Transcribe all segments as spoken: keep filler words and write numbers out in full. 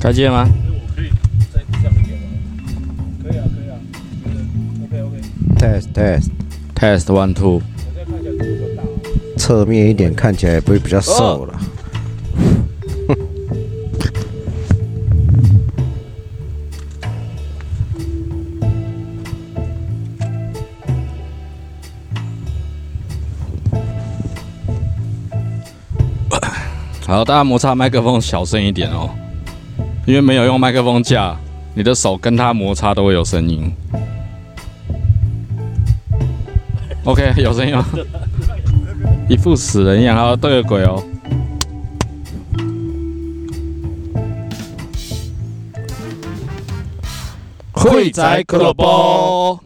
开机了吗？ 我可以再降一点吗？可以啊，可以啊。OK OK。 Test test test one two。 我现在看起来肚子比较大。 侧面一点看起来不会比较瘦了。哦好，大家摩擦麦克风小声一点哦，因为没有用麦克风架，你的手跟它摩擦都会有声音。OK， 有声音吗？一副死人一样，好，对个鬼哦。会宅俱乐部。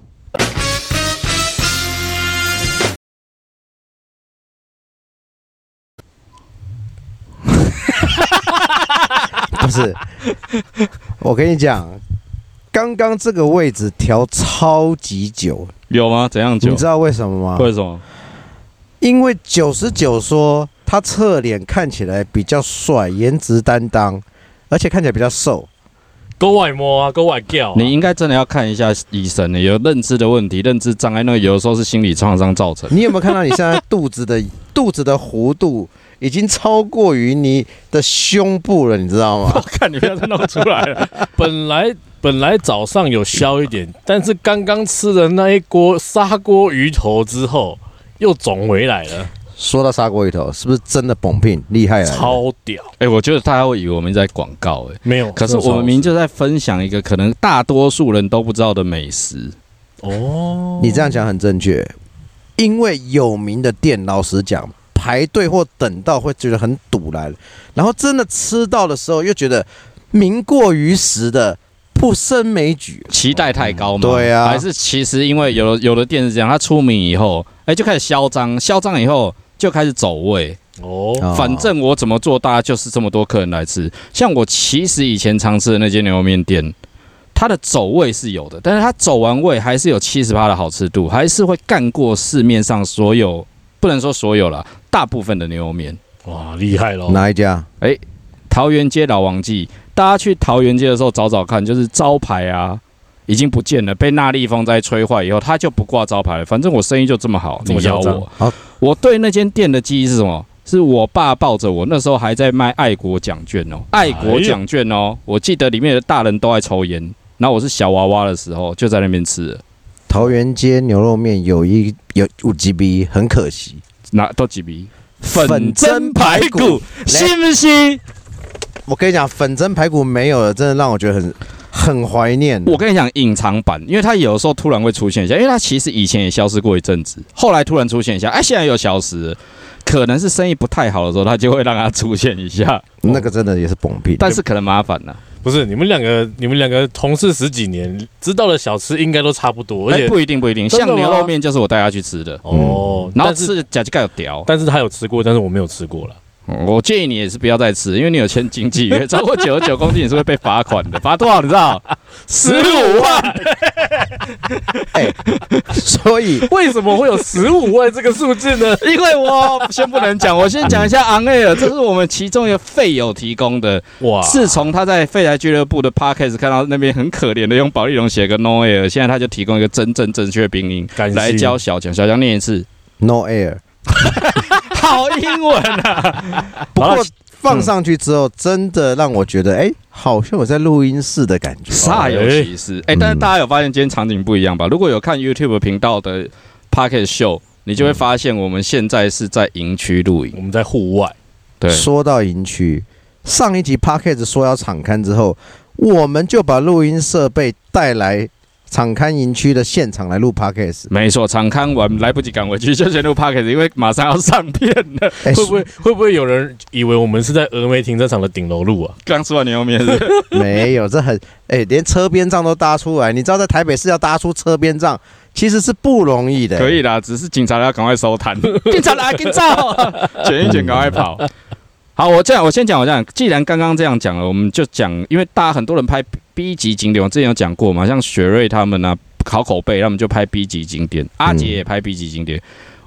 不是，我跟你讲，刚刚这个位置调超级久， 有吗？怎样久？ 你知道为什么吗？ 为什么？ 因为九十九说他侧脸看起来比较帅，颜值担当，而且看起来比较瘦。 够外摸啊，够外叫、啊。 你应该真的要看一下医生的，有认知的问题，认知障碍，那个有的时候是心理创伤造成。 你有没有看到你现在肚子的肚子的弧度已经超过于你的胸部了，你知道吗？ 我看你不要再弄出来了。 本来本来早上有消一点，但是刚刚吃的那一锅砂锅鱼头之后，又肿回来了。 说到砂锅鱼头，是不是真的崩聘厉害了？ 超屌！ 哎、欸，我觉得大家会以为我们在广告，哎， 没有。 可是我们明明就在分享一个可能大多数人都不知道的美食。 哦， 你这样讲很正确，因为有名的店，老实讲，排队或等到会觉得很堵来了，然后真的吃到的时候又觉得名过于实的不胜枚举， 期待太高吗？ 对啊， 还是其实因为有的有的店是这样，它出名以后，哎、欸，就开始嚣张，嚣张以后就开始走位。哦，反正我怎么做，大家就是这么多客人来吃。像我其实以前常吃的那间牛肉面店，它的走位是有的，但是它走完位还是有 百分之七十 的好吃度，还是会干过市面上所有，不能说所有啦，大部分的牛肉面。 哇，厉害咯！ 哪一家？ 哎、欸，桃园街老王记。大家去桃园街的时候找找看，就是招牌啊，已经不见了，被纳利风灾吹坏以后，他就不挂招牌了。反正我生意就这么好，你咬我。 好， 我对那间店的记忆是什么？是我爸抱着我，那时候还在卖爱国奖券哦，爱国奖券哦，我记得里面的大人都爱抽烟，然后我是小娃娃的时候就在那边吃了。 桃园街牛肉面有一有五 G B， 很可惜， 哪都几笔？粉蒸排骨，信不信？ 我跟你讲，粉蒸排骨没有了，真的让我觉得很很怀念。 我跟你讲，隐藏版，因为它有时候突然会出现一下，因为它其实以前也消失过一阵子，后来突然出现一下，哎，现在又消失了。可能是生意不太好的时候，它就会让它出现一下。 那个真的也是崩屁， 但是可能麻烦了。 不是你们两个，你们两个同事十几年，知道的小吃应该都差不多，而且、 欸、不一定不一定。像牛肉面就是我带他去吃的哦、嗯，然后吃假鸡盖有屌， 但是他有吃过，但是我没有吃过了。 我建议你也是不要再吃，因为你有签经纪约，超过九十九公斤你是会被罚款的，罚多少你知道？十五万。 哎、欸，所以为什么会有十五万这个数字呢？ 因为我先不能讲，我先讲一下 On Air， 这是我们其中一个废友提供的。哇！自从他在废柴俱乐部的 Podcast 看到那边很可怜的用保丽龙写个 No Air， 现在他就提供一个真正正确拼音来教小强。小强念一次 No Air。 好英文啊！ 不过放上去之后，真的让我觉得，哎、欸，好像我在录音室的感觉， 煞有其事。哎、欸，但是大家有发现今天场景不一样吧？如果有看 YouTube 频道的 Podcast Show， 你就会发现我们现在是在营区录影， 我们在户外。 对， 说到营区，上一集 Podcast 说要场勘之后，我们就把录音设备带来场勘营区的现场来录 podcast， 没错，场勘完来不及赶回去就先录 podcast， 因为马上要上片了。 欸、会不会会不会有人以为我们是在峨眉停车场的顶楼录啊？ 刚吃完牛肉面是没有，这很哎、欸，连车边帐都搭出来。你知道在台北市要搭出车边帐，其实是不容易的、欸。 可以啦，只是警察要赶快收摊，警察来，警察卷一卷，赶快跑。好，我这样，我先讲，我这样。既然刚刚这样讲了，我们就讲，因为大家很多人拍 B 级景点，我之前有讲过嘛，像雪瑞他们啊，考口碑，他们就拍 B 级景点，阿杰也拍 B 级景点。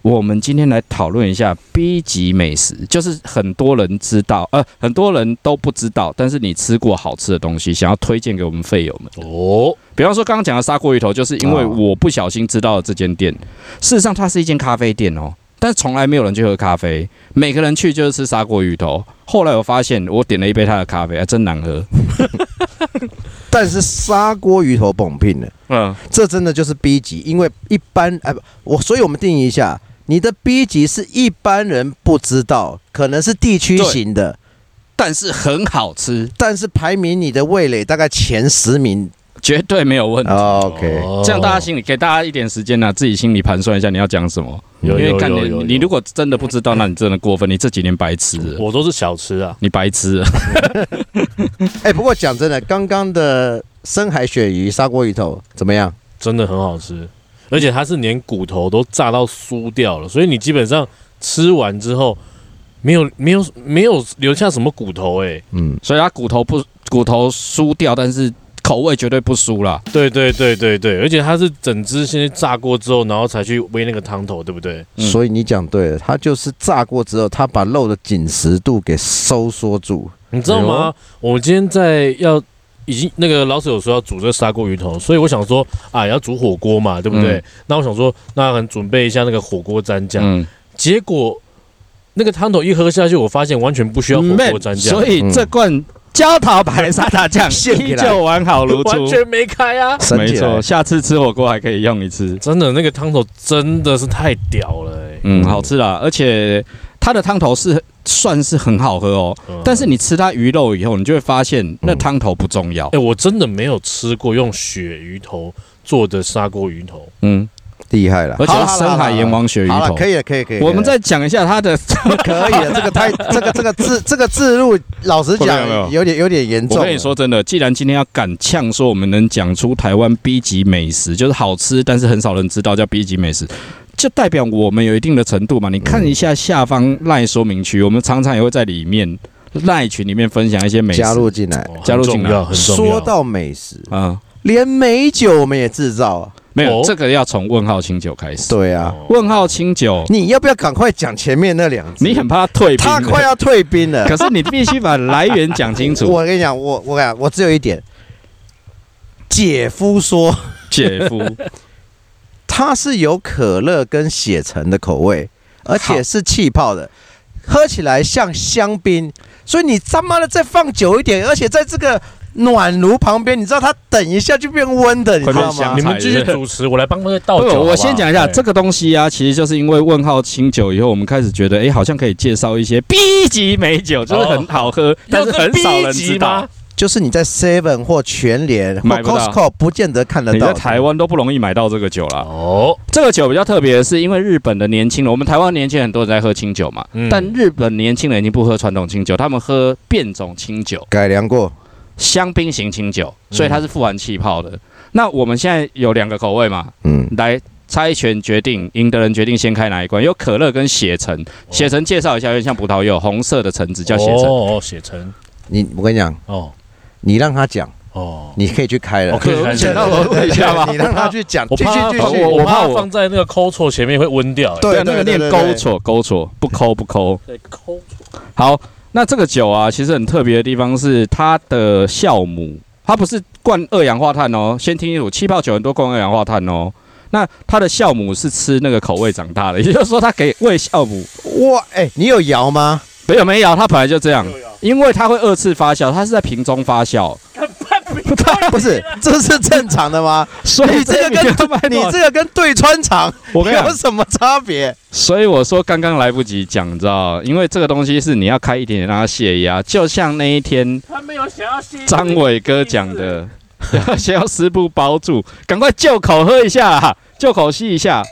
我们今天来讨论一下 B 级美食，就是很多人知道，呃，很多人都不知道，但是你吃过好吃的东西，想要推荐给我们废友们。哦，比方说刚刚讲的砂锅鱼头，就是因为我不小心知道了这间店，事实上它是一间咖啡店哦，但是从来没有人去喝咖啡，每个人去就是吃砂锅鱼头。后来我发现，我点了一杯他的咖啡，还真难喝。 但是砂锅鱼头蹦拼了，嗯，这真的就是 B 级，因为一般哎不，我所以我们定义一下，你的 B 级是一般人不知道，可能是地区型的， 但是很好吃， 但是排名你的味蕾大概前十名。 绝对没有问题。 OK， 这样大家心里给大家一点时间呢、啊，自己心里盘算一下你要讲什么。因为干你，你如果真的不知道，那你真的过分。你这几年白吃了， 我都是小吃啊， 你白吃了。 哎、欸，不过讲真的，刚刚的深海鳕鱼砂锅鱼头怎么样？ 真的很好吃，而且它是连骨头都炸到酥掉了，所以你基本上吃完之后没有没有没有留下什么骨头哎、欸， 嗯，所以它骨头不骨头酥掉，但是口味绝对不输啦。 对对对对对，而且它是整只先炸过之后，然后才去煨那个汤头，对不对？ 嗯、所以你讲对了，它就是炸过之后，它把肉的紧实度给收缩住。 你知道吗？哎、我今天在要已经那个老师有说要煮这个砂锅鱼头，所以我想说啊，要煮火锅嘛，对不对？嗯、那我想说，那可能准备一下那个火锅蘸酱。嗯、结果那个汤头一喝下去，我发现完全不需要火锅蘸酱， 所以这罐焦桃白沙茶酱依旧完好如初， 完全没开啊！ 没错，下次吃火锅还可以用一次。 真的，那个汤头真的是太屌了、欸， 嗯，好吃啦，而且它的汤头是算是很好喝哦。嗯、但是你吃它鱼肉以后，你就会发现那汤头不重要。 哎、嗯欸，我真的没有吃过用鳕鱼头做的砂锅鱼头， 嗯。厉害了， 而且是深海阎王鳕鱼头， 可以了，可以，可以。 我们再讲一下它的， 可以了，这个太，这个这个字，这个字入，老实讲，有点有点严重。 我跟你说真的，既然今天要敢呛说我们能讲出台湾 B 级美食，就是好吃，但是很少人知道叫 B 级美食，就代表我们有一定的程度嘛。你看一下下方赖说明区，我们常常也会在里面赖群里面分享一些美食， 加入进来， 加入进来。 说到美食啊，连美酒我们也制造啊。 没有，这个要从问号清酒开始。 对啊， 问号清酒， 你要不要赶快讲前面那两字？ 你很怕他退兵， 他快要退兵了。 可是你必须把来源讲清楚。 我跟你讲，我我跟你讲，我只有一点，姐夫说， 姐夫， 它是有可乐跟血橙的口味，而且是气泡的，喝起来像香槟。所以你他妈的再放久一点，而且在这个暖炉旁边，你知道它等一下就变温的，你知道吗？ 你们继续主持，我来帮他倒酒好不好。 我先讲一下这个东西啊，其实就是因为问号清酒以后，我们开始觉得，哎、欸，好像可以介绍一些 B 级美酒，就是很好喝，哦、但是很少人知道。 就是你在 Seven 或全联或 Costco 不见得看得到， 你在台湾都不容易买到这个酒啦。哦，这个酒比较特别的是，因为日本的年轻人，我们台湾年轻人很多人在喝清酒嘛，嗯、但日本年轻人已经不喝传统清酒，他们喝变种清酒， 改良过。 香槟型清酒，所以它是富含气泡的。嗯、那我们现在有两个口味嘛，嗯，来猜拳决定，赢的人决定先开哪一关。有可乐跟血橙，血橙介绍一下，有点像葡萄柚，红色的橙子叫血橙。 哦，血橙。 你我跟你讲，哦，你让他讲。哦，你可以去开了。 我可以开了。我问一下吧， 你让他去讲。 我怕我我怕放在那个抠错前面会温掉。 对，那个念勾错勾错，不抠不抠。 对，抠错。 好。那这个酒啊，其实很特别的地方是它的酵母，它不是灌二氧化碳哦。先听清楚，气泡酒很多灌二氧化碳哦。那它的酵母是吃那个口味长大的，也就是说它给喂酵母。 哇，哎、欸，你有摇吗？ 没有没摇，它本来就这样，因为它会二次发酵，它是在瓶中发酵。 不是，这是正常的吗？所以这个跟你这个跟对穿肠有什么差别？ 所以我说刚刚来不及讲，你知道，因为这个东西是你要开一点点让它泄压，就像那一天张伟哥讲的，要先用湿布包住，赶快就口喝一下，就口吸一下。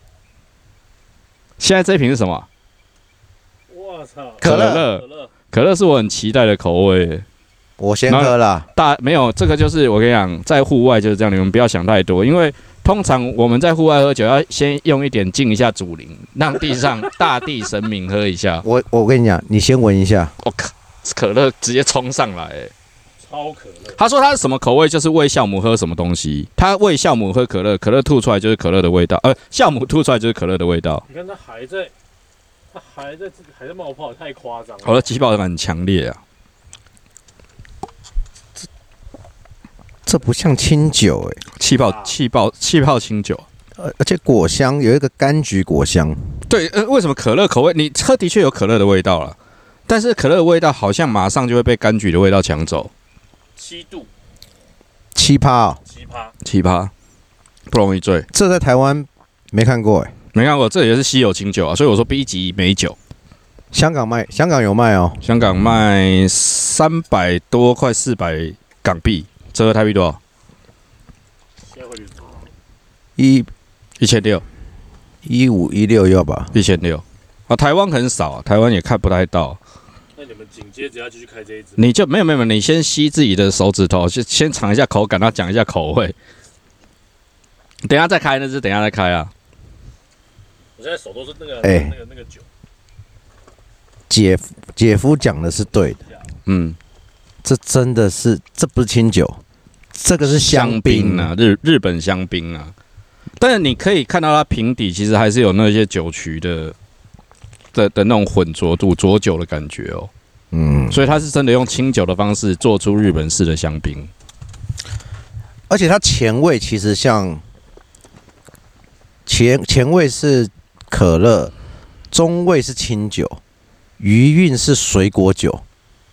现在这一瓶是什么？ 我操， 可乐，可乐是我很期待的口味。 我先喝了， 大没有这个就是我跟你讲，在户外就是这样，你们不要想太多，因为通常我们在户外喝酒要先用一点敬一下祖灵，让地上大地神明喝一下。 我我跟你讲，你先闻一下， 我、哦、靠，可乐直接冲上来、欸， 超可乐。 他说他是什么口味，就是喂酵母喝什么东西。他喂酵母喝可乐，可乐吐出来就是可乐的味道，呃，酵母吐出来就是可乐的味道。 你看他还在，他还在还在冒泡，太夸张了。 我的气泡感很强烈啊。 这这不像清酒哎、欸， 气泡气泡气泡清酒。 而且果香有一个柑橘果香， 对，呃，为什么可乐口味你喝的确有可乐的味道了，但是可乐的味道好像马上就会被柑橘的味道抢走。 七度， 七趴哦， 七趴， 七趴，不容易醉。 这在台湾没看过哎、欸， 没看过，这也是稀有清酒啊，所以我说 B 级美酒。 香港卖，香港有卖哦， 香港卖三百多，快四百港币，折合台币多少？ 现在汇率一。 一千六， 一五一六要吧？ 一千六啊，台湾很少、啊，台湾也看不太到。 那你们紧接着要继续开这一支？ 你就没有没有，你先吸自己的手指头，先先尝一下口感，然后讲一下口味。等一下再开那支，等一下再开啊。 我现在手都是那个、 欸、 那个那个酒。 姐夫姐夫讲的是对的， 嗯， 这真的是，这不是清酒，这个是香槟啊，日日本香槟啊。但是你可以看到它瓶底其实还是有那些酒曲的的的那种混浊度、浊酒的感觉哦。嗯，所以它是真的用清酒的方式做出日本式的香槟， 而且它前味其实像前前味是可乐，中味是清酒，余韵是水果酒。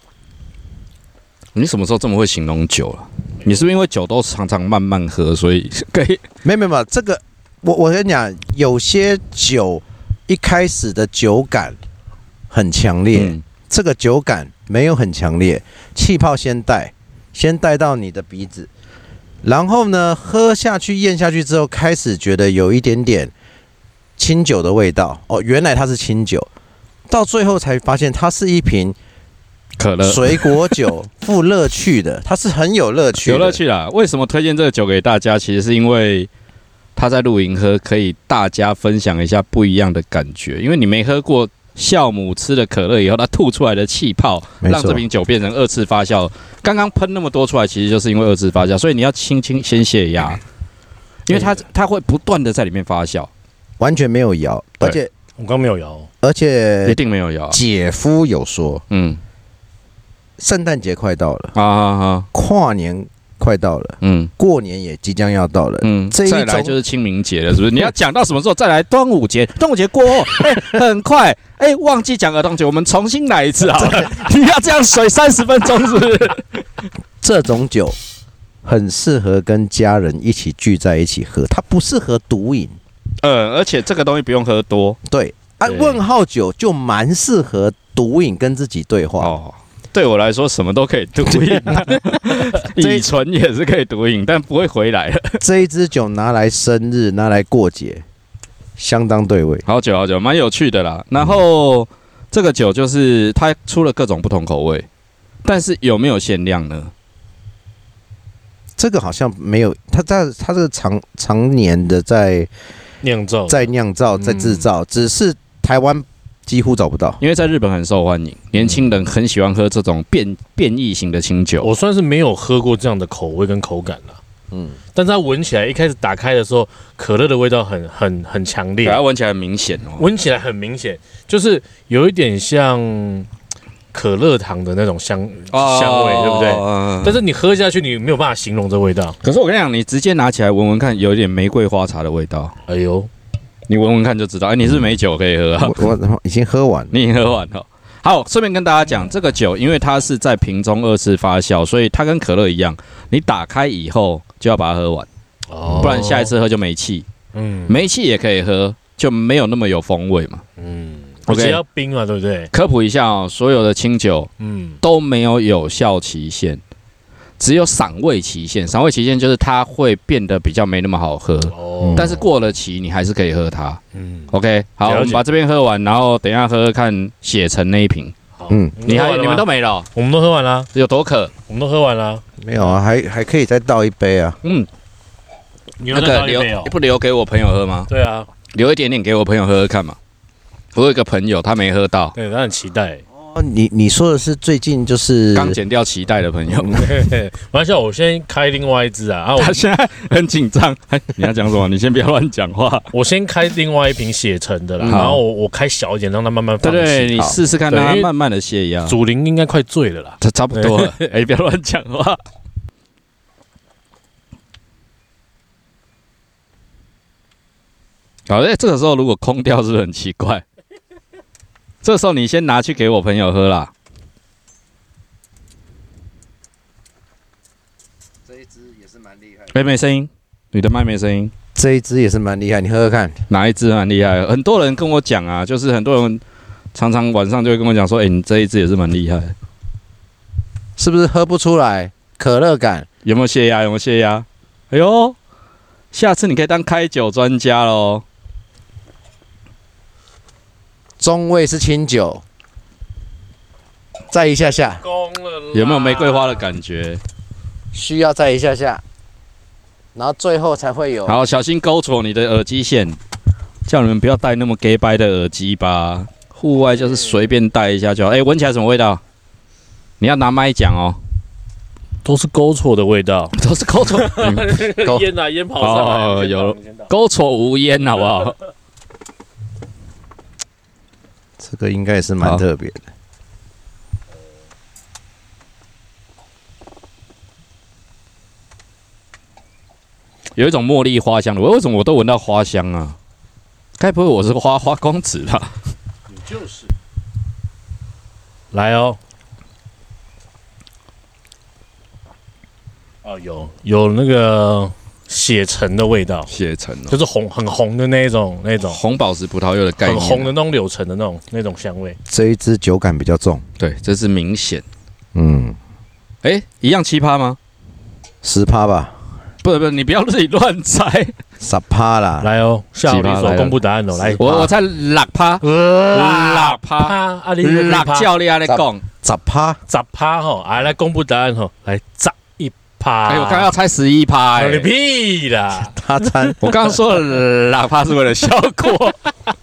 你什么时候这么会形容酒了？你是不是因为酒都常常慢慢喝，所以可以？ 没有没有，这个我我跟你讲，有些酒一开始的酒感很强烈，嗯、这个酒感没有很强烈，气泡先带，先带到你的鼻子，然后呢喝下去咽下去之后，开始觉得有一点点清酒的味道。哦，原来它是清酒，到最后才发现它是一瓶。 可乐水果酒附乐趣的，它是很有乐趣的， 有乐趣啦。为什么推荐这个酒给大家？其实是因为它在露营喝，可以大家分享一下不一样的感觉。因为你没喝过酵母吃了可乐以后，它吐出来的气泡，让这瓶酒变成二次发酵。刚刚喷那么多出来，其实就是因为二次发酵，所以你要轻轻先泄压，因为它它会不断的在里面发酵， 完全没有摇，而且我刚没有摇， 而且一定没有摇。 姐夫有说，嗯。圣诞节快到了啊啊啊！跨年快到了，嗯，过年也即将要到了，嗯， 这一再来就是清明节了，是不是？你要讲到什么时候？再来端午节，端午节过后，哎、欸，很快，哎、欸，忘记讲儿童节，我们重新来一次好了。你要这样水三十分钟，是不是？ 这种酒很适合跟家人一起聚在一起喝，它不适合独饮， 呃，而且这个东西不用喝多， 对，啊，问号酒就蛮适合独饮，跟自己对话。哦， 对我来说，什么都可以独饮，乙醇也是可以独饮，但不会回来了。 这一支酒拿来生日，拿来过节，相当对味。 好酒好酒，蛮有趣的啦。然后这个酒就是它出了各种不同口味，但是有没有限量呢？ 这个好像没有，它在它这个常常年的在酿造， 在酿造，在制造，嗯、只是台湾。几乎找不到， 因为在日本很受欢迎，年轻人很喜欢喝这种变变异型的清酒。 我算是没有喝过这样的口味跟口感啦，嗯，但是它闻起来一开始打开的时候，可乐的味道很很很强烈， 它闻起来很明显哦， 闻起来很明显，就是有一点像可乐糖的那种香、哦、香味，对不对？嗯、但是你喝下去，你没有办法形容这味道。 可是我跟你讲，你直接拿起来闻闻看，有一点玫瑰花茶的味道。 哎呦！ 你闻闻看就知道，哎、欸，你是不是没酒可以喝啊？ 我我已经喝完， 你已经喝完了。好，顺便跟大家讲，这个酒因为它是在瓶中二次发酵，所以它跟可乐一样，你打开以后就要把它喝完，哦、不然下一次喝就没气。嗯，没气也可以喝，就没有那么有风味嘛。嗯 ，OK， 要冰嘛，对不对？ 科普一下哦，所有的清酒，嗯，都没有有效期限。只有赏味期限，赏味期限就是它会变得比较没那么好喝，哦、但是过了期你还是可以喝它。嗯 ，OK， 好，我们把这边喝完，然后等一下喝喝看血橙那一瓶。嗯，你还你们都没了、哦， 我们都喝完了， 有多渴？ 我们都喝完了， 没有啊，还还可以再倒一杯啊。嗯， 你那个留不留给我朋友喝吗？ 对啊， 留一点点给我朋友喝喝看嘛。我有一个朋友他没喝到， 对，他很期待。 哦，你你说的是最近就是刚剪掉脐带的朋友。 玩笑，我先开另外一支啊！啊， 他现在很紧张。你要讲什么？你先不要乱讲话。 我先开另外一瓶血橙的啦，然后我我开小一点，让它慢慢放。 对对，你试试看，让它慢慢的泄压。 祖灵应该快醉了啦， 这差不多了。哎，不要乱讲话。好，哎，这个时候如果空掉，是不是很奇怪？这时候你先拿去给我朋友喝啦。 这一支也是蛮厉害。 哎，没声音，你的麦没声音。 这一支也是蛮厉害，你喝喝看。 哪一支蛮厉害？很多人跟我讲啊，就是很多人常常晚上就会跟我讲说，哎，你这一支也是蛮厉害， 是不是喝不出来？可乐感有没有泄压？有没有泄压？哎呦，下次你可以当开酒专家喽。 中味是清酒，再一下下， 有没有玫瑰花的感觉？ 需要再一下下，然后最后才会有。 好，小心勾错你的耳机线，叫你们不要戴那么 gay 掰的耳机吧。户外就是随便戴一下就好。哎、欸，闻起来什么味道？你要拿麦讲哦。 都是勾错的味道， 都是勾错。 烟啊，烟跑上来。 哦，有勾错无烟，好不好？ 这个应该也是蛮特别的。 有一种茉莉花香的，为什么我都闻到花香啊？该不会我是花花公子吧？ 你就是。来哦。哦，有有那个血橙的味道， 血橙、哦、 就是红很红的那种那种红宝石葡萄柚的概念、啊， 很红的那种柳橙的那种那种香味。 这一支酒感比较重， 对，这是明显。 嗯， 哎、欸，一样七趴吗？ 十趴吧。 不不，你不要自己乱猜。 十趴啦， 来哦，下午你所公布答案哦，来， 我我猜六趴，六趴， 啊，你六教练在讲十趴， 十趴吼，来来公布答案吼，来十一趴。 哎，我刚刚要猜十一趴，哎， 你屁啦！ 他猜， 我刚刚说了六趴是为了效果。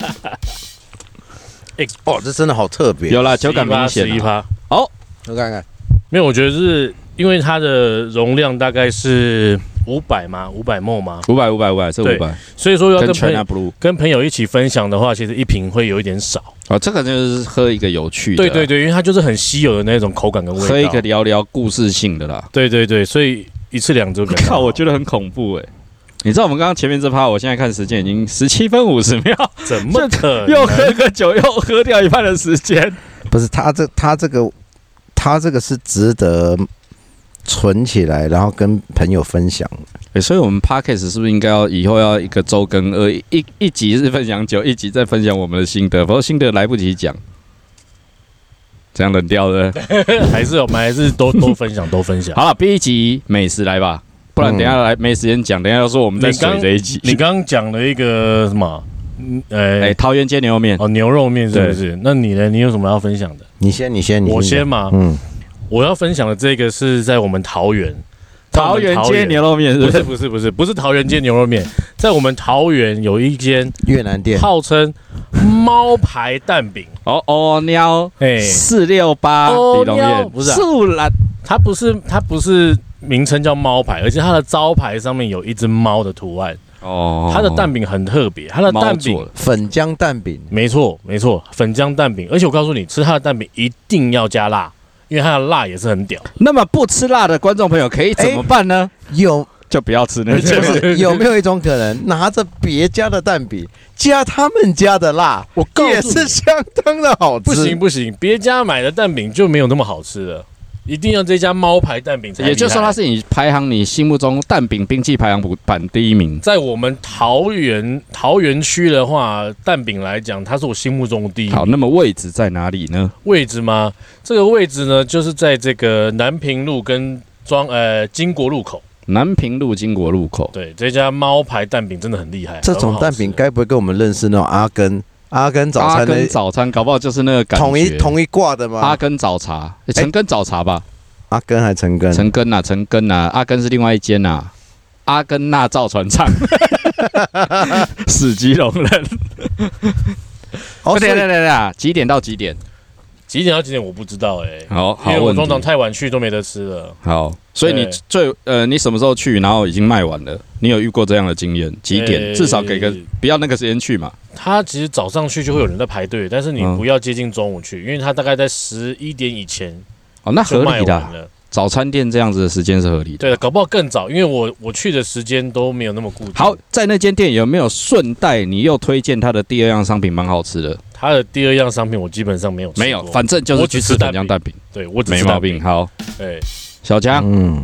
哦，这真的好特别， 有啦，酒感明显， 十一趴。 好，我看看， 没有，我觉得是因为它的容量大概是。五百吗？五百 ml 吗？ 五百五百五百是五百， 所以说要跟朋友 Blue 跟朋友一起分享的话，其实一瓶会有一点少。 哦，这个就是喝一个有趣的， 对对对，因为它就是很稀有的那种口感跟味道， 喝一个聊聊故事性的啦。 对对对，所以一次两周。 靠，我觉得很恐怖哎、欸！你知道我们刚刚前面这趴，我现在看时间已经十七分五十秒， 怎么可能？ 又喝个酒，又喝掉一半的时间。 不是他这他这个他这个是值得存起来，然后跟朋友分享。 欸、所以，我们 Podcast 是不是应该要以后要一个周更，呃，一一集是分享酒，一集再分享我们的心得，否则心得来不及讲，这样冷掉的。 还是我们还是都都分享，都分享。 好了，第一集美食来吧，不然等一下来没时间讲，等一下要说我们在水这一集。 你刚刚讲了一个什么？呃， 哎，桃园街牛肉面哦，牛肉面是不是？那你呢？你有什么要分享的？ 你先，你先，你先我先嘛。嗯，我要分享的这个是在我们桃园。 桃园街牛肉面是不是？ 不是不是不是桃园街牛肉面，在我们桃园有一间越南店， 号称猫牌蛋饼。 哦哦喵，哎，四六八李龙面不是素兰， 它不是它不是名称叫猫牌，而且它的招牌上面有一只猫的图案。哦，它的蛋饼很特别，它的蛋饼粉浆蛋饼， 没错没错，粉浆蛋饼。而且我告诉你，吃它的蛋饼一定要加辣。因为它的辣也是很屌。 那么不吃辣的观众朋友可以怎么办呢？ 欸、有就不要吃那个。 有没有一种可能，拿着别家的蛋饼加他们家的辣， 我告诉你也是相当的好吃。 不行不行，别家买的蛋饼就没有那么好吃了。一定要这家猫牌蛋饼才厉害。 也就是说，它是你排行你心目中蛋饼兵器排行榜第一名。 在我们桃园桃园区的话，蛋饼来讲，它是我心目中的第一名。 好，那么位置在哪里呢？ 位置吗？这个位置呢，就是在这个南平路跟庄呃金国路口。 南平路金国路口。 对，这家猫牌蛋饼真的很厉害。 这种蛋饼该不会跟我们认识那种阿根？阿根早餐，阿根早餐，搞不好就是那个感觉， 同一同一挂的吗？ 阿根早茶，陈、欸、根早茶吧？ 阿根还陈根？ 陈根呐，陈根呐，阿根是另外一间呐。阿根纳造船厂，死基隆人。 哦， 对对对对，几点到几点？ 几点到几点我不知道哎、欸。 好，好， 因为我通常太晚去都没得吃了。 好，所以你最呃，你什么时候去，然后已经卖完了？你有遇过这样的经验？几点？欸、至少给个不要那个时间去嘛。 他其实早上去就会有人在排队，但是你不要接近中午去，嗯、因为他大概在十一点以前哦，那合理的、啊。早餐店这样子的时间是合理的。 对，搞不好更早，因为我我去的时间都没有那么固定。 好，在那间店有没有顺带你又推荐他的第二样商品，蛮好吃的？ 他的第二样商品我基本上没有吃过， 没有，反正就是去吃粉浆蛋饼。 对，我只没毛病。好， 对， 小江，嗯，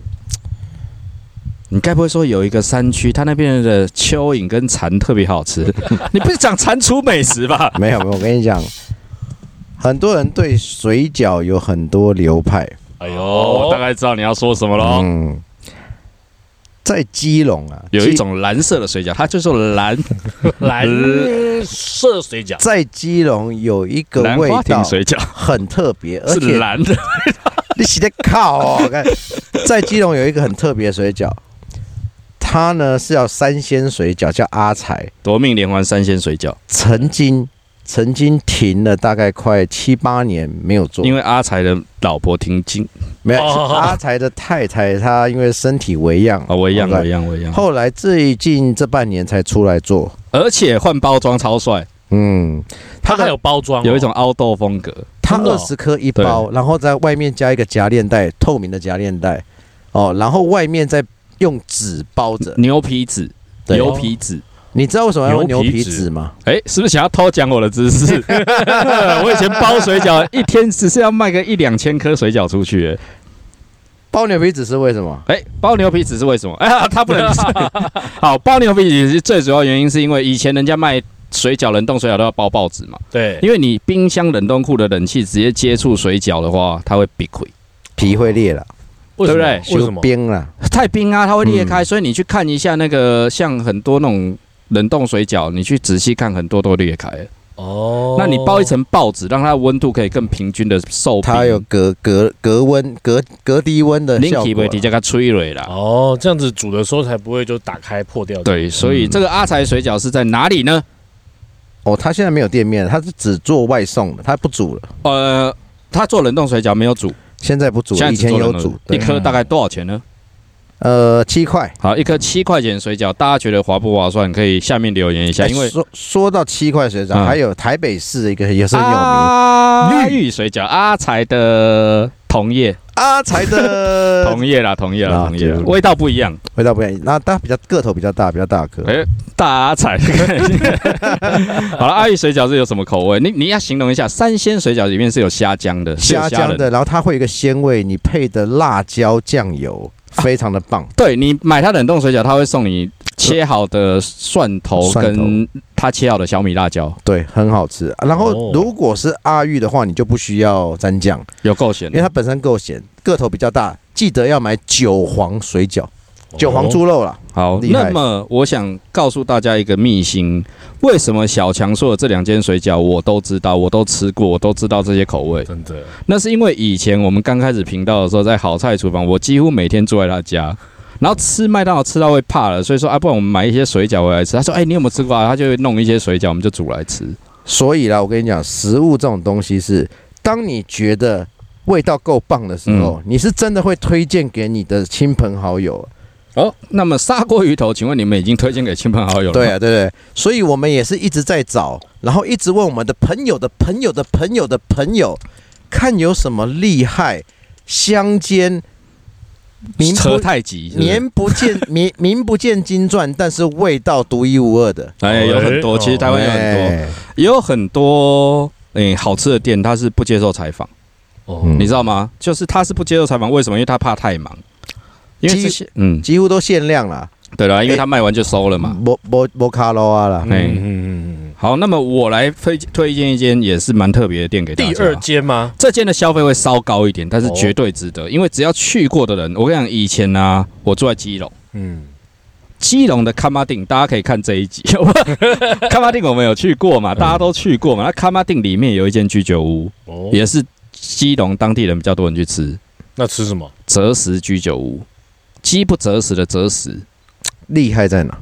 你该不会说有一个山区，他那边的蚯蚓跟蚕特别好吃？你不是讲蟾蜍美食吧？ 没有没有，我跟你讲，很多人对水饺有很多流派。 哎呦，我大概知道你要说什么咯。嗯， 在基隆啊， 有一种蓝色的水饺，它就说蓝蓝色水饺。 在基隆有一个味道水饺很特别，而且是蓝的。 你洗的靠哦！看，在基隆有一个很特别的水饺，它呢是要三鲜水饺，叫阿财夺命连环三鲜水饺， 曾经。曾经停了大概快七八年没有做， 因为阿财的老婆停经， 没有、哦、阿财的太太，她因为身体为恙啊，为恙为恙为恙， 后来最近这半年才出来做， 而且换包装超帅， 嗯，它还有包装、哦， 有一种凹豆风格， 它二十颗一包，然后在外面加一个夹链袋，透明的夹链袋，哦，然后外面再用纸包着牛皮纸，牛皮纸。 你知道为什么要用牛皮纸吗？ 哎、欸，是不是想要偷讲我的知识？我以前包水饺，一天只是要卖个一两千颗水饺出去、欸。 包牛皮纸是为什么？ 哎、欸，包牛皮纸是为什么？哎、呀，他不能好包牛皮纸，最主要原因是因为以前人家卖水饺、冷冻水饺都要包报纸嘛。 对， 因为你冰箱、冷冻库的冷气直接接触水饺的话，它会闭溃， 皮会裂了。 对不对？ 为什么冰了？ 太冰啊，它会裂开、嗯。所以你去看一下那个，像很多那种冷冻水饺，你去仔细看，很多都裂开了。哦，那你包一层报纸，让它的温度可以更平均的受冰， 它有隔隔隔温、隔隔低温的效果。 你叫它吹蕊啦。 哦，这样子煮的时候才不会就打开破掉。 对，所以这个阿财水饺是在哪里呢？ 哦，他现在没有店面，他是只做外送的，他不煮了。 呃，他做冷冻水饺没有煮。 现在不煮，以前有煮。 一颗大概多少钱呢？ 呃，七块。 好，一颗七块钱水饺，大家觉得划不划算？可以下面留言一下。因为说说到七块水饺、嗯，还有台北市的一个也是很有名， 阿玉水饺，阿财的同业， 阿财的同业啦，同业啦，同业啦，味道不一样， 味道不一样。那它比较个头比较大，比较大颗。 哎、欸，大阿财。好了，阿玉水饺是有什么口味？你你要形容一下，三鲜水饺里面是有虾浆的， 虾浆的，然后它会有一个鲜味，你配的辣椒酱油。非常的棒， 对，你买它冷冻水饺，它会送你切好的蒜头跟它切好的小米辣椒， 对，很好吃。然后如果是阿玉的话，你就不需要沾酱， 有够咸， 因为它本身够咸，个头比较大，记得要买韭黄水饺。韭黄猪肉啦， 好，那么我想告诉大家一个秘辛，为什么小强说的这两间水饺我都知道，我都吃过，我都知道这些口味， 真的， 那是因为以前我们刚开始频道的时候，在好菜厨房，我几乎每天住在他家，然后吃麦当劳吃到会怕了，所以说啊，不然我们买一些水饺回来吃。他说，哎、欸，你有没有吃过啊？他就会弄一些水饺，我们就煮来吃。 所以啦，我跟你讲，食物这种东西是，当你觉得味道够棒的时候、嗯，你是真的会推荐给你的亲朋好友。 哦，那么砂锅鱼头，请问你们已经推荐给亲朋好友了吗？ 对啊，对对，所以我们也是一直在找，然后一直问我们的朋友的朋友的朋友的朋友，看有什么厉害、乡间、 名车太急、 名不见名名不见经传，但是味道独一无二的。 哎，有很多，其实台湾有很多，也有很多哎好吃的店，它是不接受采访。哦，你知道吗？就是他是不接受采访，为什么？因为他怕太忙。因为这些嗯，几乎都限量啦。 对啦，因为他卖完就收了嘛。 没没没卡路啊啦。 嗯嗯嗯。好，那么我来推推荐一间也是蛮特别的店给大家。 第二间吗？ 这间的消费会稍高一点，但是绝对值得，哦、因为只要去过的人，我跟你讲，以前啊，我住在基隆，嗯，基隆的卡马丁，大家可以看这一集。卡马丁我们有去过嘛，大家都去过嘛。那卡马丁里面有一间居酒屋，哦、也是基隆当地人比较多人去吃。 那吃什么？ 择食居酒屋。饥不择食的择食， 厉害在哪？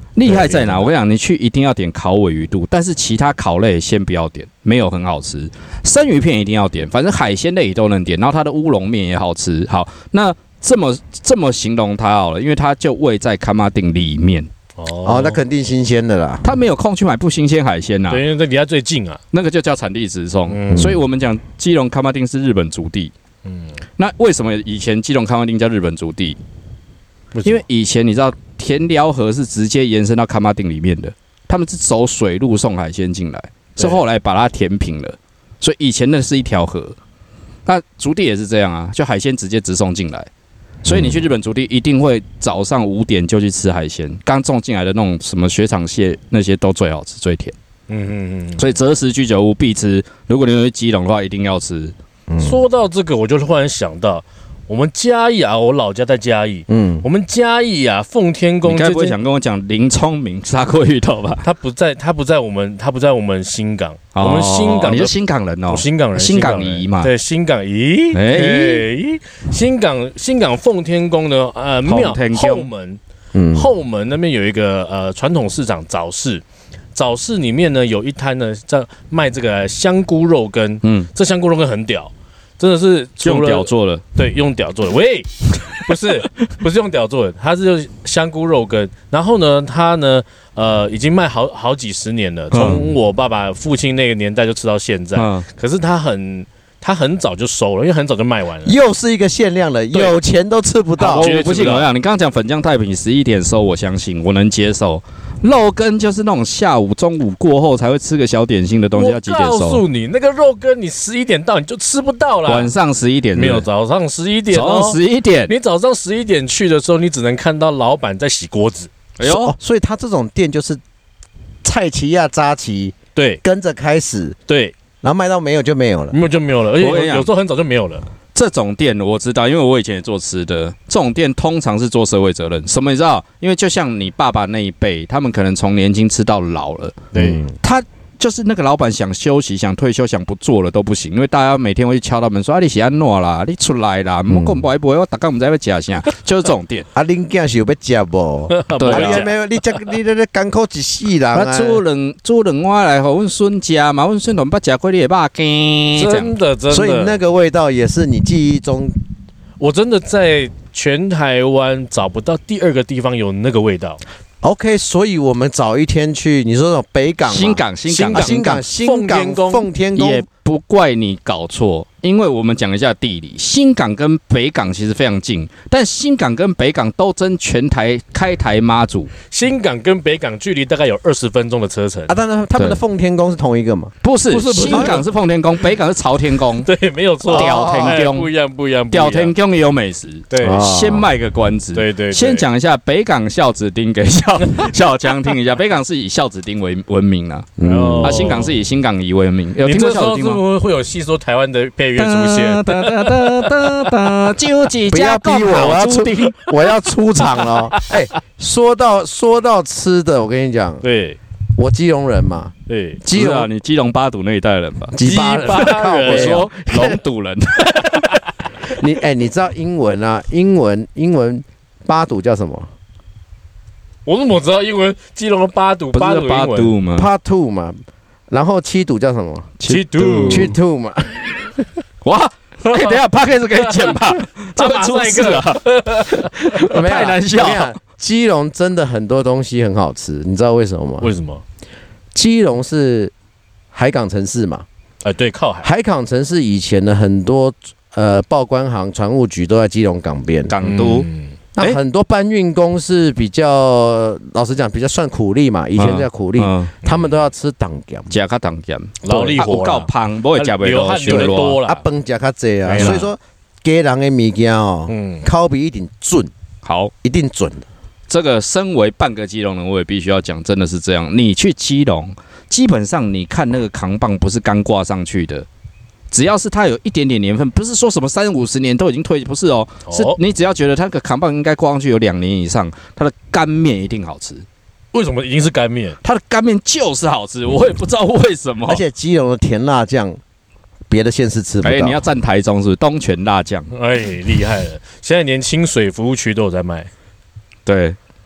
厉害在哪？我跟你讲，你去一定要点烤鲔鱼肚，但是其他烤类先不要点，没有很好吃。生鱼片一定要点，反正海鲜类也都能点。然后它的乌龙面也好吃。好，那这么这么形容它好了，因为它就位在卡马丁里面。 哦，那肯定新鲜的啦。 他没有空去买不新鲜海鲜呐， 对，因为这离他最近啊， 那个就叫产地直送。 嗯、 所以我们讲基隆卡马丁是日本族地。嗯，那为什么以前基隆卡马丁叫日本族地？因为以前你知道田寮河是直接延伸到卡马丁里面的，他们是走水路送海鲜进来，是后来把它填平了，所以以前那是一条河。那族地也是这样啊，就海鲜直接直送进来，所以你去日本族地一定会早上五点就去吃海鲜，刚种进来的那种什么雪场蟹那些都最好吃最甜。嗯嗯嗯，所以择时居酒屋必吃，如果你有去基隆的话，一定要吃。 嗯、说到这个，我就忽然想到。我们嘉义啊，我老家在嘉义。嗯，我们嘉义啊，奉天宫。 你该不会想跟我讲林聪明砂锅鱼头吧？ 他不在，他不在我们，他不在我们新港。哦、我们新港， 你是新港人哦， 我新港人， 新港姨嘛。 对，新港姨。哎、欸，新港新港奉天宫的呃庙后门，嗯，后门那边有一个呃传统市场早市。早市里面呢有一摊呢在卖这个香菇肉羹。嗯，这香菇肉羹很屌。真的是用屌做的， 对，用屌做的。喂，不是，不是用屌做的，它是香菇肉羹。然后呢，它呢，呃，已经卖好好几十年了，从我爸爸父亲那个年代就吃到现在。嗯、可是它很，它很早就收了，因为很早就卖完了。 又是一个限量的，有钱都吃不到。 我不信，我讲，你刚刚讲粉浆太平十一点收，我相信，我能接受。肉羹就是那种下午、中午过后才会吃个小点心的东西，要几点收？ 我告诉你，那个肉羹你十一点到你就吃不到了。 晚上十一点没有，早上十一点、哦。 早上十一点， 你早上十一点去的时候，你只能看到老板在洗锅子。 哎呦，哦、所以他这种店就是菜齐亚扎齐， 对， 跟着开始， 对， 然后卖到没有就没有了， 没有就没有了，而且有时候很早就没有了。 这种店我知道，因为我以前也做吃的。这种店通常是做社会责任，什么你知道？因为就像你爸爸那一辈，他们可能从年轻吃到老了。对，他就是那个老板想休息、想退休、想不做了都不行，因为大家每天会去敲他们说：“啊，你是安诺啦，你出来啦，莫讲不会不会，我大概我们在要吃啥？”就是这种店。 啊，恁囝是有要吃不？ 对啊，你没有，你这你这艰苦一世人啊！ 煮两煮两碗来，互阮孙吃嘛，阮孙都不吃过你的肉羹。 真的真的， 所以那个味道也是你记忆中。 我真的在全台湾找不到第二个地方有那个味道。 OK， 所以我们早一天去，你说那种北港、 新港、新港、 新港、新港、奉天宫， 也不怪你搞错。因为我们讲一下地理，新港跟北港其实非常近，但新港跟北港都争全台开台妈祖。 新港跟北港距离大概有二十分钟的车程啊，但是他们的奉天宫是同一个吗？ 不是，不是，新港是奉天宫，北港是朝天宫。 对，没有错。 屌天宫不一样，不一样。 屌天宫也有美食。 对， 先卖个关子。 对对。 先讲一下北港孝子丁给小小江听一下，北港是以孝子丁为闻名啊，啊，新港是以新港姨为名。有听过孝子丁吗？ 会会有细说台湾的配乐出现？ 哒哒哒哒哒，就几家不要逼我，我要出我要出场了。哎，说到说到吃的，我跟你讲， 对， 我基隆人嘛， 对， 基隆啊，你基隆八堵那一带人吧？ 基巴人， 我说龙堵人。 你哎，你知道英文啊？英文英文八堵叫什么？ 我怎么知道英文？基隆的八堵， 八堵八堵吗 ？Part two 嘛，然后七堵叫什么？ 七堵， 七堵嘛。 哇！哎、欸，等一下 ，Podcast 可以剪吧？这会出事啊！太难笑。 基隆真的很多东西很好吃，你知道为什么吗？ 为什么？ 基隆是海港城市嘛？ 哎、呃，对，靠海。 海港城市以前的很多呃报关行、船务局都在基隆港边， 港都。嗯那很多搬运工是比较，老实讲，比较算苦力嘛。以前叫苦力，嗯、他们都要吃党咸， 加卡党咸， 劳力活够胖，不会加不汗流得多了， 啊，饭加较济啊。所以说，家人的物件哦，嗯，口味一定准， 好， 一定准的。 这个身为半个基隆人，我也必须要讲，真的是这样。你去基隆，基本上你看那个扛棒不是刚挂上去的。只要是它有一点点年份，不是说什么三五十年都已经退，不是哦，是你只要觉得它的扛棒应该挂上去有两年以上，它的干面一定好吃。 为什么一定是干面？ 它的干面就是好吃，我也不知道为什么。 而且基隆的甜辣酱，别的县市吃不到。 哎、欸，你要站台中是不是？东泉辣酱， 哎，厉害了！现在连清水服务区都有在卖。 对，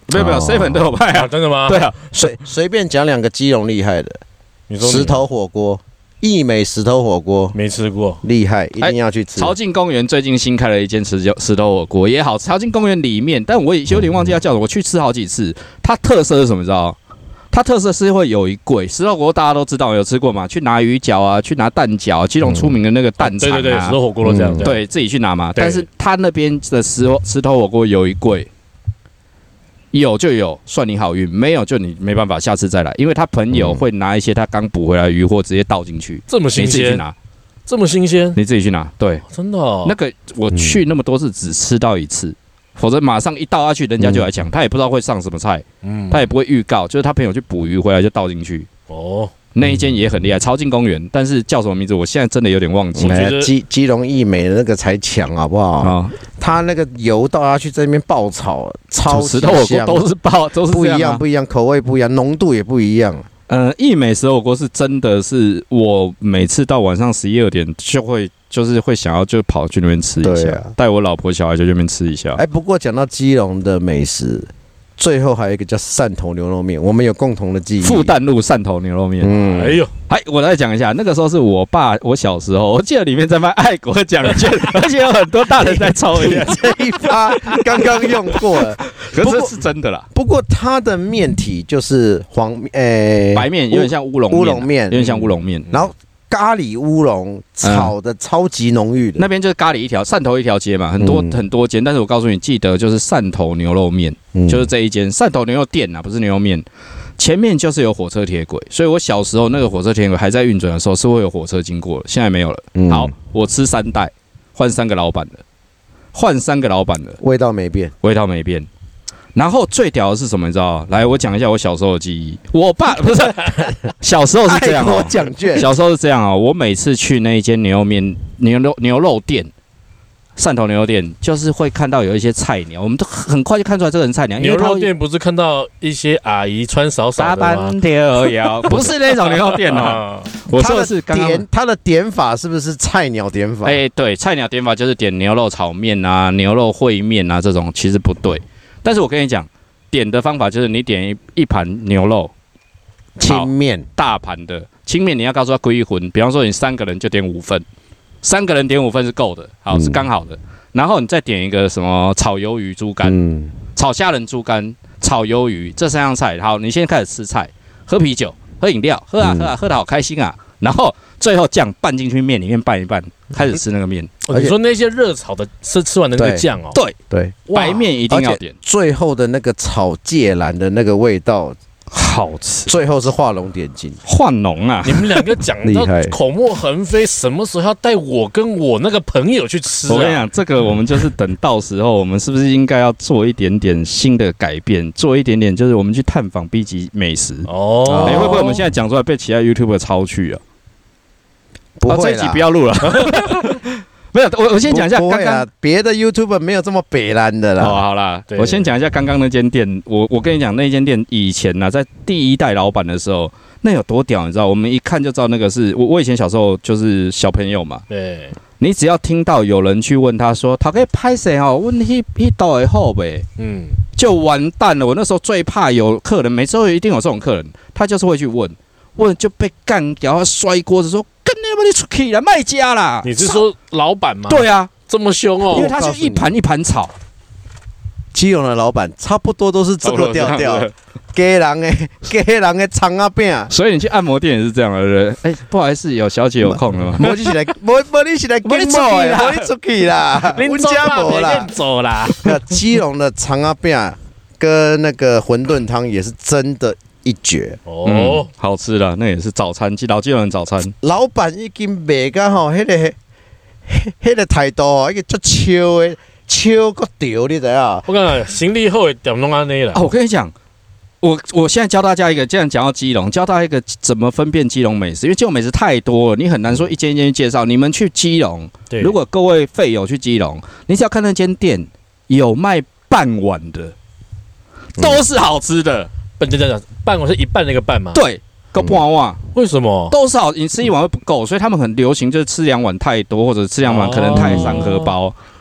没有没有 ，seven 都有卖啊， 真的吗？ 对啊， 随随便讲两个基隆厉害的，石头火锅。益美石头火锅没吃过， 厉害，一定要去吃。 潮境公园最近新开了一间石石头火锅，也好。潮境公园里面，但我有点忘记它叫什么，我去吃好几次。它特色是什么？你知道？它特色是会有一柜石头火锅，大家都知道，有吃过嘛？去拿鱼饺啊，去拿蛋饺，基隆出名的那个蛋肠、啊嗯、 对对对，石头火锅都这样、嗯， 对自己去拿嘛。但是它那边的石石头火锅有一柜。有就有，算你好运；没有就你没办法，下次再来。因为他朋友会拿一些他刚捕回来的鱼货直接倒进去， 这么新鲜， 你自己去拿， 这么新鲜， 你自己去拿。对， 真的、哦， 那个我去那么多次只吃到一次，嗯、否则马上一倒下去，人家就来抢、嗯，他也不知道会上什么菜，嗯，他也不会预告，就是他朋友去捕鱼回来就倒进去。哦。那一间也很厉害，潮境公园，但是叫什么名字？我现在真的有点忘记。 基基隆益美的那个才强，好不好？哦、他那个油倒下去，在那边爆炒，超石头火锅都是爆，都是不一样，不一样，口味不一样，浓度也不一样。 呃，益美石头火锅是真的是，我每次到晚上十一二点就会，就是会想要就跑去那边吃一下，带、啊、我老婆小孩就去那边吃一下。 哎，不过讲到基隆的美食。最后还有一个叫汕头牛肉面，我们有共同的记忆。 复旦路汕头牛肉面， 嗯，哎呦， 哎，我来讲一下，那个时候是我爸，我小时候，我记得里面在卖爱国奖券，而且有很多大人在抽烟。 这一趴刚刚用过了， 可是是真的啦。 不过它的面体就是黄，诶、欸， 白面，有点像乌龙面，乌龙面，有点像乌龙面， 然后。咖喱乌龙炒的超级浓郁的、 嗯，那边就是咖喱一条，汕头一条街嘛，很多、嗯、很多间。但是我告诉你，记得就是汕头牛肉面、嗯，就是这一间汕头牛肉店啊，不是牛肉面。前面就是有火车铁轨，所以我小时候那个火车铁轨还在运转的时候，是会有火车经过的，现在没有了。嗯、好，我吃三代，换三个老板的，换三个老板的， 味道没变， 味道没变。然后最屌的是什么？你知道？来，我讲一下我小时候的记忆。我爸不是小时候是这样哦、喔，小时候是这样哦、喔。我每次去那一间牛肉面、牛肉牛肉店，汕头牛肉店，就是会看到有一些菜鸟，我们都很快就看出来这个人菜鸟。 牛肉店不是看到一些阿姨穿少少的吗？ 不是那种牛肉店哦、喔。我说的是刚刚点他的点法是不是菜鸟点法？ 哎、欸，对，菜鸟点法就是点牛肉炒面啊、牛肉烩面啊这种，其实不对。但是我跟你讲，点的方法就是你点一一盘牛肉清面， 大盘的清面，你要告诉他归一魂。比方说你三个人就点五份，三个人点五份是够的，好、嗯、是刚好的。然后你再点一个什么炒鱿鱼猪肝、嗯、炒虾仁猪肝、炒鱿鱼这三样菜。好，你现在开始吃菜，喝啤酒，喝饮料，喝啊喝啊，喝得好开心啊。然后最后酱拌进去面里面拌一拌，开始吃那个面。 哦、你说那些热炒的是吃完的那个酱哦？ 对对， 白面一定要点。 最后的那个炒芥兰的那个味道好吃。 最后是画龙点睛， 画龙啊！ 你们两个讲到口沫横飞，什么时候要带我跟我那个朋友去吃、啊？ 我跟你讲，这个我们就是等到时候，我们是不是应该要做一点点新的改变，做一点点就是我们去探访 B 级美食哦？哎、欸，会不会我们现在讲出来被其他 YouTuber 抄去啊？ 不会啦、 哦，这一集不要录了。没有，我我先讲一下刚刚别的 YouTuber 没有这么北蓝的啦。 哦，好啦，我先讲一下刚刚那间店。我我跟你讲，那间店以前呢、啊，在第一代老板的时候，那有多屌，你知道？我们一看就知道那个是我。我以前小时候就是小朋友嘛。对。你只要听到有人去问他说：“他可以拍谁哦？问那那道的后呗。”嗯，就完蛋了。我那时候最怕有客人，每次都一定有这种客人，他就是会去问，问就被干掉，他摔锅子说。要不你出去啦，卖家啦！ 你是说老板吗？ 对啊， 这么凶哦， 因为他是一盘一盘炒。 基隆的老板差不多都是这个调调，给人的给人的肠仔饼。 所以你去按摩店也是这样的，对不对？哎，不好意思，有小姐有空了吗？ 我就是来，我我你是来跟我的，我你出去啦， 我家无啦，走啦。 基隆的肠仔饼跟那个馄饨汤也是真的。一绝哦、嗯，好吃的，那也是早餐，老基隆人早餐。 老板已经卖到吼，迄、那个、迄个态度哦，一个足笑的，笑个屌，你知啊？ 我讲行李后的点弄安尼啦。 啊，我跟你讲，我我现在教大家一个，这样讲到基隆，教大家一个怎么分辨基隆美食，因为基隆美食太多了，你很难说一间一间去介绍。你们去基隆，如果各位废友去基隆，你只要看那间店有卖半碗的，都是好吃的。 半就这样，半碗是一半那个半吗？ 对，够半碗、嗯。 为什么？ 都是好，你吃一碗会不够，所以他们很流行就是吃两碗太多，或者吃两碗可能太三荷包。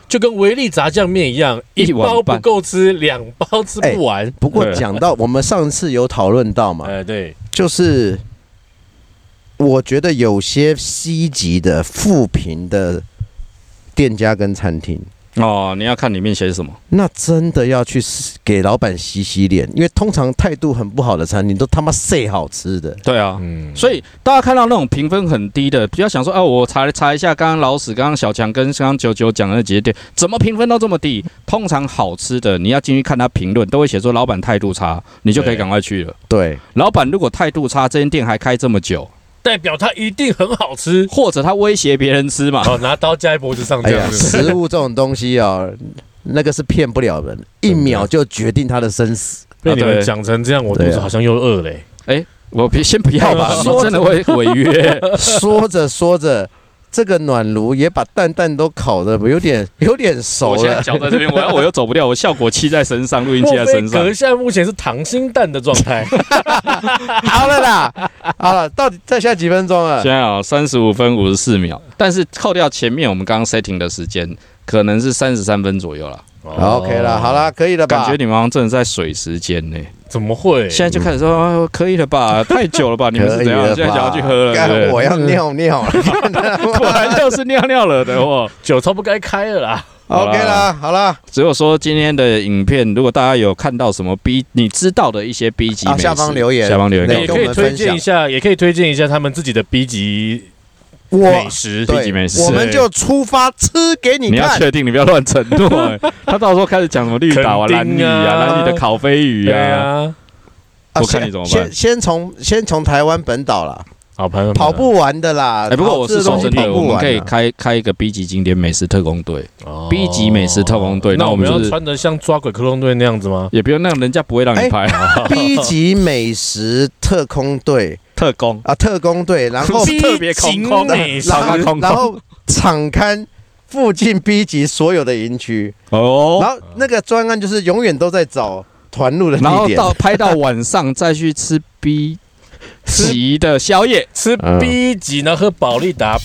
就跟维力炸酱面一样，一包不够吃，两包吃不完。 欸、不过讲到我们上次有讨论到嘛， 哎、欸，对， 就是我觉得有些 C 级的负评的店家跟餐厅。 哦，你要看里面写什么， 那真的要去给老板洗洗脸，因为通常态度很不好的餐厅都他妈塞好吃的。 对啊，嗯，所以大家看到那种评分很低的，不要想说，啊，我查查一下，刚刚老史、刚刚小强跟刚刚九九讲的那几些店，怎么评分都这么低？通常好吃的，你要进去看他评论，都会写说老板态度差，你就可以赶快去了。 对， 老板如果态度差，这间店还开这么久。 代表它一定很好吃， 或者他威胁别人吃嘛？ 哦，拿刀架在脖子上这样子。 哎、食物这种东西啊，那个是骗不了人，一秒就决定他的生死。 被你们讲成这样，我肚子好像又饿嘞、 欸。哎、欸，我先不要吧，你真的会违约。 说着说着，这个暖炉也把蛋蛋都烤的有点有点熟了。 我现在脚在这边，我要我又走不掉，我效果器在身上，录音器在身上。 可是现在目前是溏心蛋的状态。 好了啦，好了，到底再下几分钟了？ 现在啊，三十五分五十四秒，但是扣掉前面我们刚刚 setting 的时间，可能是三十三分左右了。 哦、OK 了，好了，可以了吧？ 感觉你们好像真的在水时间呢。 怎么会？ 现在就开始说、哦、可以了吧？太久了吧？你们是怎样？现在想要去喝了？对， 我要尿尿了， 果然就是尿尿了的哦， 酒超不该开了啦。 OK 啦，好啦。 只有说今天的影片，如果大家有看到什么 B， 你知道的一些 B 级美食、啊， 下方留言， 下方留言， 也可以推荐一下，也可以推荐一下他们自己的 B 级美食 ，B 级美食， 我们就出发吃给你看。 你要确定，你不要乱承诺、欸。他到时候开始讲什么绿岛啊、蓝屿啊、蓝屿的烤飞鱼啊， 啊我看你怎么办。 先先从先从台湾本岛啦。 好朋友跑不完的啦！ 哎、欸，不过我是说真的，我们可以开开一个 B 级经典美食特工队、哦、，B 级美食特工队。 那我们、 就是、 要穿得像抓鬼特工队那样子吗？ 也不用，那样人家不会让你拍。 欸、B 级美食特工队， 特工啊，特工队，然后特别空空， 然后场勘附近 B 级所有的营区哦，然后那个专案就是永远都在找团路的地点， 然后到拍到晚上再去吃 B。级的宵夜， 吃 B 级呢，喝保利达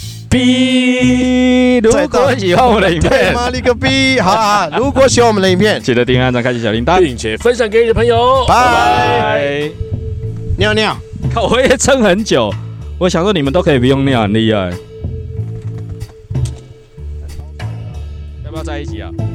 B。如果喜欢我们的影片， 妈你个 B！ 好啊，如果喜欢我们的影片， 记得订阅、按赞、开启小铃铛， 并且分享给你的朋友。 拜拜。尿尿， 靠，我也撑很久。我想说你们都可以不用尿，很厉害。要不要在一起啊？